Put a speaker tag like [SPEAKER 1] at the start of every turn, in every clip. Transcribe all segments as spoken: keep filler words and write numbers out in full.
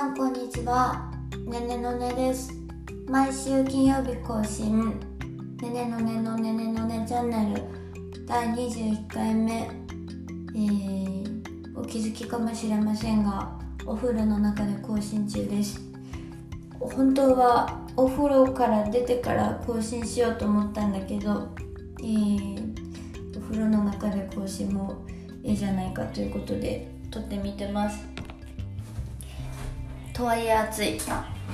[SPEAKER 1] さんこんにちは。ねねのねです。毎週金曜日更新、ねねのねのねねのねチャンネルだいにじゅういっかいめ、えー、お気づきかもしれませんが、お風呂の中で更新中です。本当はお風呂から出てから更新しようと思ったんだけど、えー、お風呂の中で更新もいいじゃないかということで撮ってみてます。とはいえ暑い、え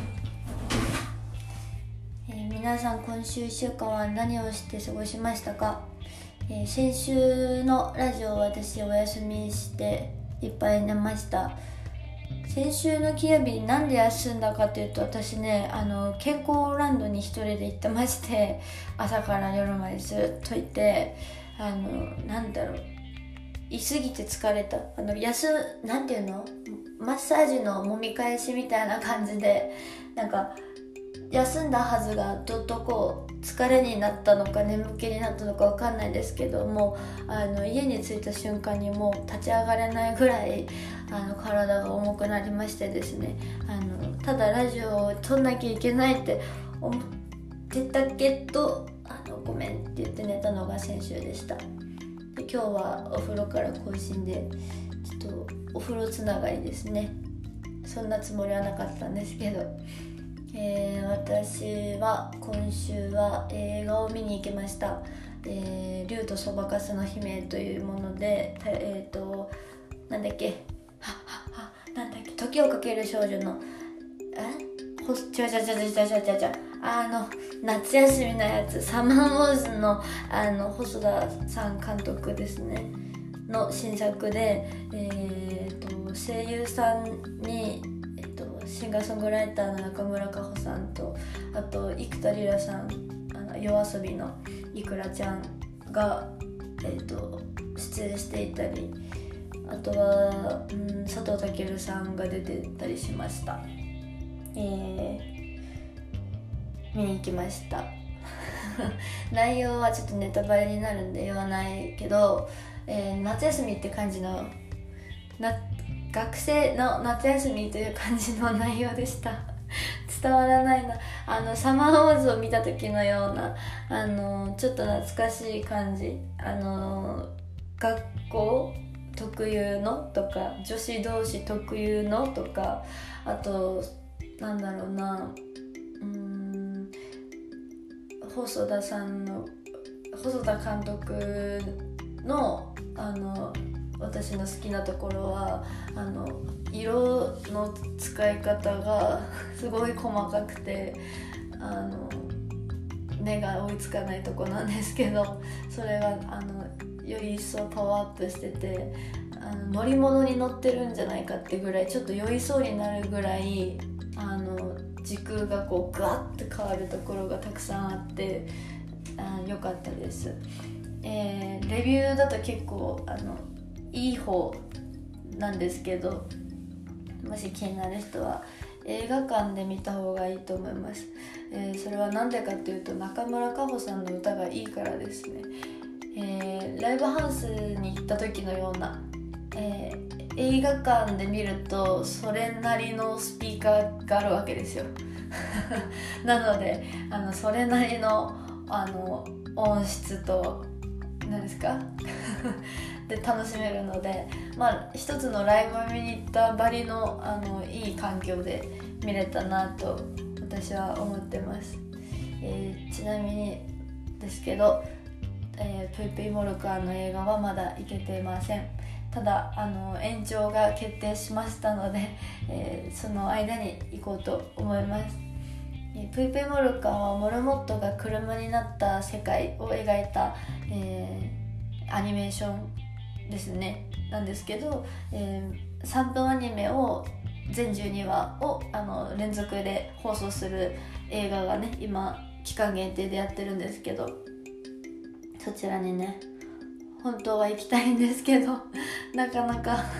[SPEAKER 1] ー、皆さん今週いっしゅうかんは何をして過ごしましたか？えー、先週のラジオを私お休みしていっぱい寝ました。先週の金曜日になんで休んだかというと、私ねあの健康ランドに一人で行ってまして、朝から夜までずっといて、あのなんだろういすぎて疲れた。あの休なんていうのマッサージの揉み返しみたいな感じで、なんか休んだはずがどっとこう疲れになったのか眠気になったのかわかんないですけども、あの家に着いた瞬間にもう立ち上がれないぐらいあの体が重くなりましてですね、あのただラジオを撮んなきゃいけないって思ってたけど、あのごめんって言って寝たのが先週でした。で今日はお風呂から更新で、ちょっとお風呂つながりですね。そんなつもりはなかったんですけど、えー、私は今週は映画を見に行きました。えー、竜とそばかすの姫というもので、えっ、ー、となんだっけはははなんだっけ時をかける少女のえほちゃちゃちゃちゃちゃちゃちゃちゃあの夏休みのやつ、サマーウォーズのあの細田さん監督ですねの新作で、えー、と声優さんに、えー、とシンガーソングライターの中村佳穂さんと、あと生田リラさん、あの夜遊びのいくらちゃんが、えー、と出演していたり、あとは、うん、佐藤健さんが出てたりしました。えー、見に行きました内容はちょっとネタバレになるんで言わないけど、えー、夏休みって感じのな学生の夏休みという感じの内容でした伝わらないな。あのサマーウォーズを見た時のような、あのちょっと懐かしい感じ、あの学校特有のとか女子同士特有のとか、あとなんだろうな、うーん細田さんの細田監督のあの私の好きなところは、あの色の使い方がすごい細かくて、あの目が追いつかないとこなんですけど、それがあのより一層パワーアップしてて、あの乗り物に乗ってるんじゃないかってぐらいちょっと酔いそうになるぐらい、あの時空がこうグワッと変わるところがたくさんあって良かったです。えー、レビューだと結構あのいい方なんですけど、もし気になる人は映画館で見た方がいいと思います。えー、それはなんでかっていうと、中村佳穂さんの歌がいいからですね。えー、ライブハウスに行った時のような、えー、映画館で見るとそれなりのスピーカーがあるわけですよなのであのそれなりのあの音質と何ですかで楽しめるので、まあ一つのライブを見に行ったばりの、あのいい環境で見れたなと私は思ってます。えー、ちなみにですけど、えー、プイプイモルカーの映画はまだ行けていません。ただあの延長が決定しましたので、えー、その間に行こうと思います。えー、プイプイモルカーはモルモットが車になった世界を描いた、えー、アニメーションですねなんですけど、えー、さんぷんアニメを全じゅうにわをあの連続で放送する映画がね今期間限定でやってるんですけど、そちらにね本当は行きたいんですけどなかなか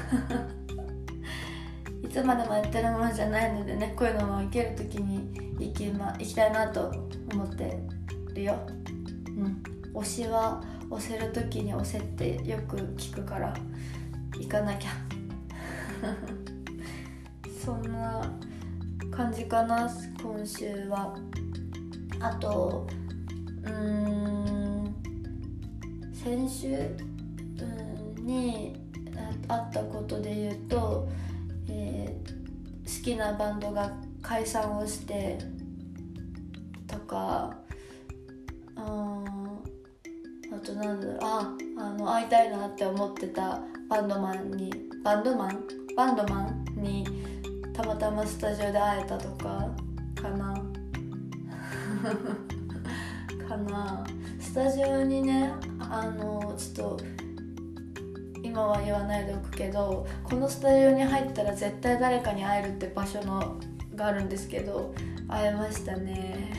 [SPEAKER 1] いつまでもやってるものじゃないのでね、こういうのも行ける時に行き、ま、行きたいなと思ってるよ。うん推しは押せる時に押せってよく聞くから行かなきゃそんな感じかな今週は。あとうーん先週うんにあったことで言うと、えー、好きなバンドが解散をしてとか、ああとなんだろうああの会いたいなって思ってたバンドマンにバンドマンバンドマンにたまたまスタジオで会えたとかかなかなスタジオにね、あのちょっと今は言わないでおくけど、このスタジオに入ったら絶対誰かに会えるって場所のがあるんですけど、会えましたね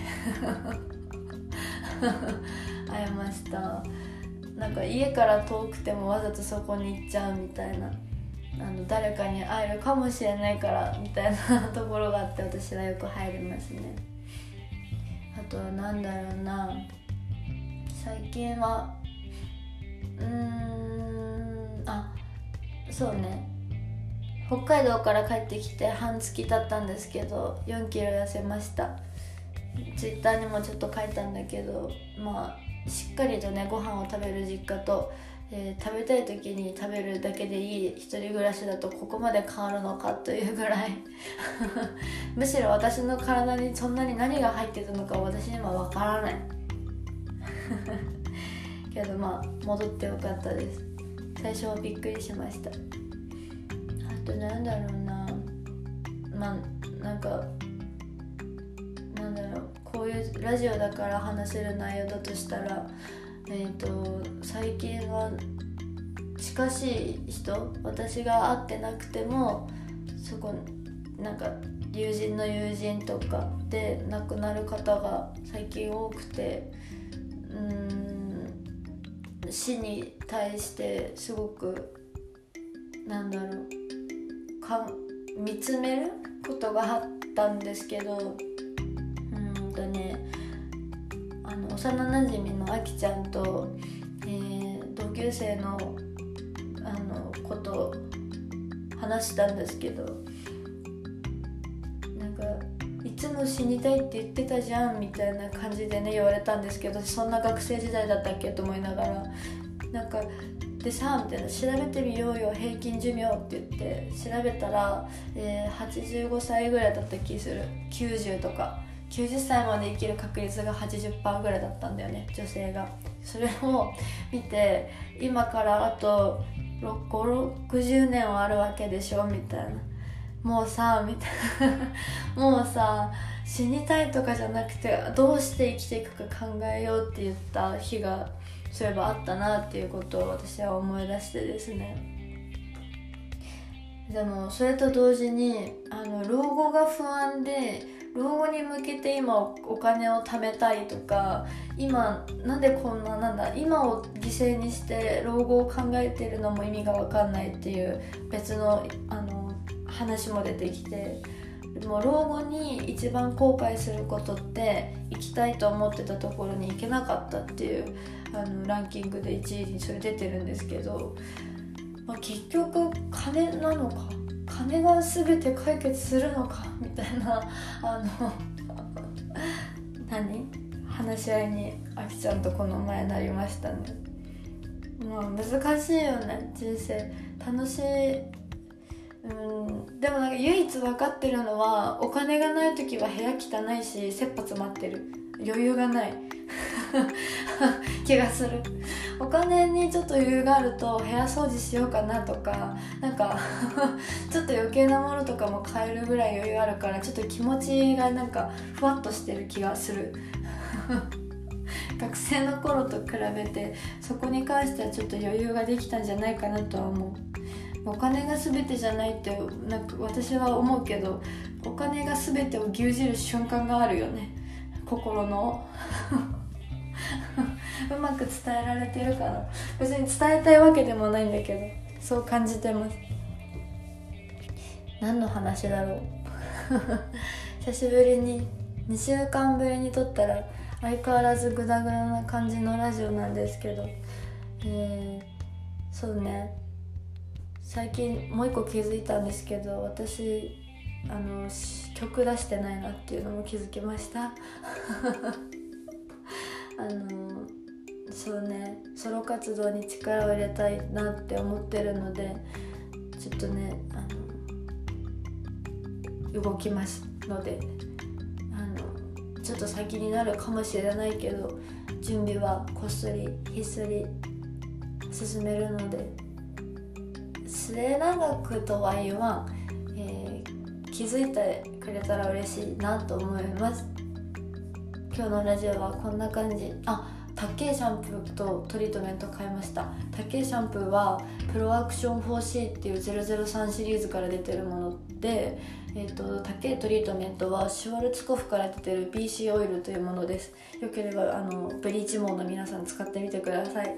[SPEAKER 1] 会えました。なんか家から遠くてもわざとそこに行っちゃうみたいな、あの誰かに会えるかもしれないからみたいなところがあって、私はよく入りますね。あとはなんだろうな、最近はうーんあそうね北海道から帰ってきて半月経ったんですけど、よんキロ痩せました。ツイッターにもちょっと書いたんだけど、まあしっかりとねご飯を食べる実家と、えー、食べたい時に食べるだけでいい一人暮らしだとここまで変わるのかというぐらいむしろ私の体にそんなに何が入ってたのか私には分からないけどまあ戻ってよかったです。最初はびっくりしました。あとなんだろうな、まあなんかなんだろう、こういうラジオだから話せる内容だとしたら、えーと最近は近しい人、私が会ってなくてもそこなんか友人の友人とかで亡くなる方が最近多くて、うーん死に対してすごくなんだろうか見つめることがあったんですけど、うんとねあの幼なじみのあきちゃんと、えー、同級生のあのことを話したんですけど、なんかいつも死にたいって言ってたじゃんみたいな感じでね言われたんですけど、そんな学生時代だったっけと思いながら、なんかでさみたいな、調べてみようよ平均寿命って言って調べたら、えー、はちじゅうごさいぐらいだった気する。きゅうじゅうとかきゅうじゅっさいまで生きる確率が はちじゅっパーセント ぐらいだったんだよね、女性が。それを見て、今からあとごじゅうろくじゅうねんはあるわけでしょみたいな、もうさみたいなもうさ死にたいとかじゃなくてどうして生きていくか考えようって言った日がそういえばあったなっていうことを私は思い出してですね。でもそれと同時にあの老後が不安で、老後に向けて今お金を貯めたいとか、今なんでこんななんだ今を犠牲にして老後を考えてるのも意味が分かんないっていう別のあの話も出てきて、でも老後に一番後悔することって行きたいと思ってたところに行けなかったっていうあのランキングでいちいにそれ出てるんですけど、まあ、結局金なのか、金が全て解決するのかみたいなあの何話し合いにあきちゃんとこの前なりましたね。まあ難しいよね人生。楽しい、うん、でもなんか唯一分かってるのはお金がない時は部屋汚いし切羽詰まってる、余裕がない気がする。お金にちょっと余裕があると部屋掃除しようかなとか、なんかちょっと余計なものとかも買えるぐらい余裕あるから、ちょっと気持ちがなんかふわっとしてる気がする学生の頃と比べてそこに関してはちょっと余裕ができたんじゃないかなとは思う。お金が全てじゃないってなんか私は思うけど、お金が全てを牛耳る瞬間があるよね、心のうまく伝えられてるかな。別に伝えたいわけでもないんだけどそう感じてます。何の話だろう久しぶりににしゅうかんぶりに撮ったら相変わらずグダグダな感じのラジオなんですけど、えー、そうね最近もう一個気づいたんですけど、私あの曲出してないなっていうのも気づきましたあのそうね、ソロ活動に力を入れたいなって思ってるので、ちょっとねあの動きますので、あのちょっと先になるかもしれないけど、準備はこっそりひっそり進めるので、末永くとは言わん、えー、気づいてくれたら嬉しいなと思います。今日のラジオはこんな感じ。あ、タッケーシャンプーとトリートメント買いました。タッケーシャンプーはプロアクション フォーシー っていうゼロゼロさんシリーズから出てるもので、えー、とタッケートリートメントはシュワルツコフから出てる ビーシー オイルというものです。よければあのブリーチモーの皆さん使ってみてください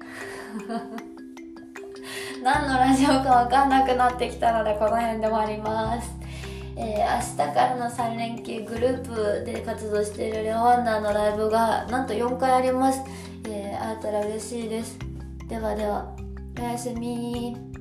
[SPEAKER 1] 何のラジオか分かんなくなってきたのでこの辺で終わります。えー、明日からのさん連休グループで活動しているレオワンダーのライブがなんとよんかいあります。えー、会えたら嬉しいです。ではでは、おやすみ。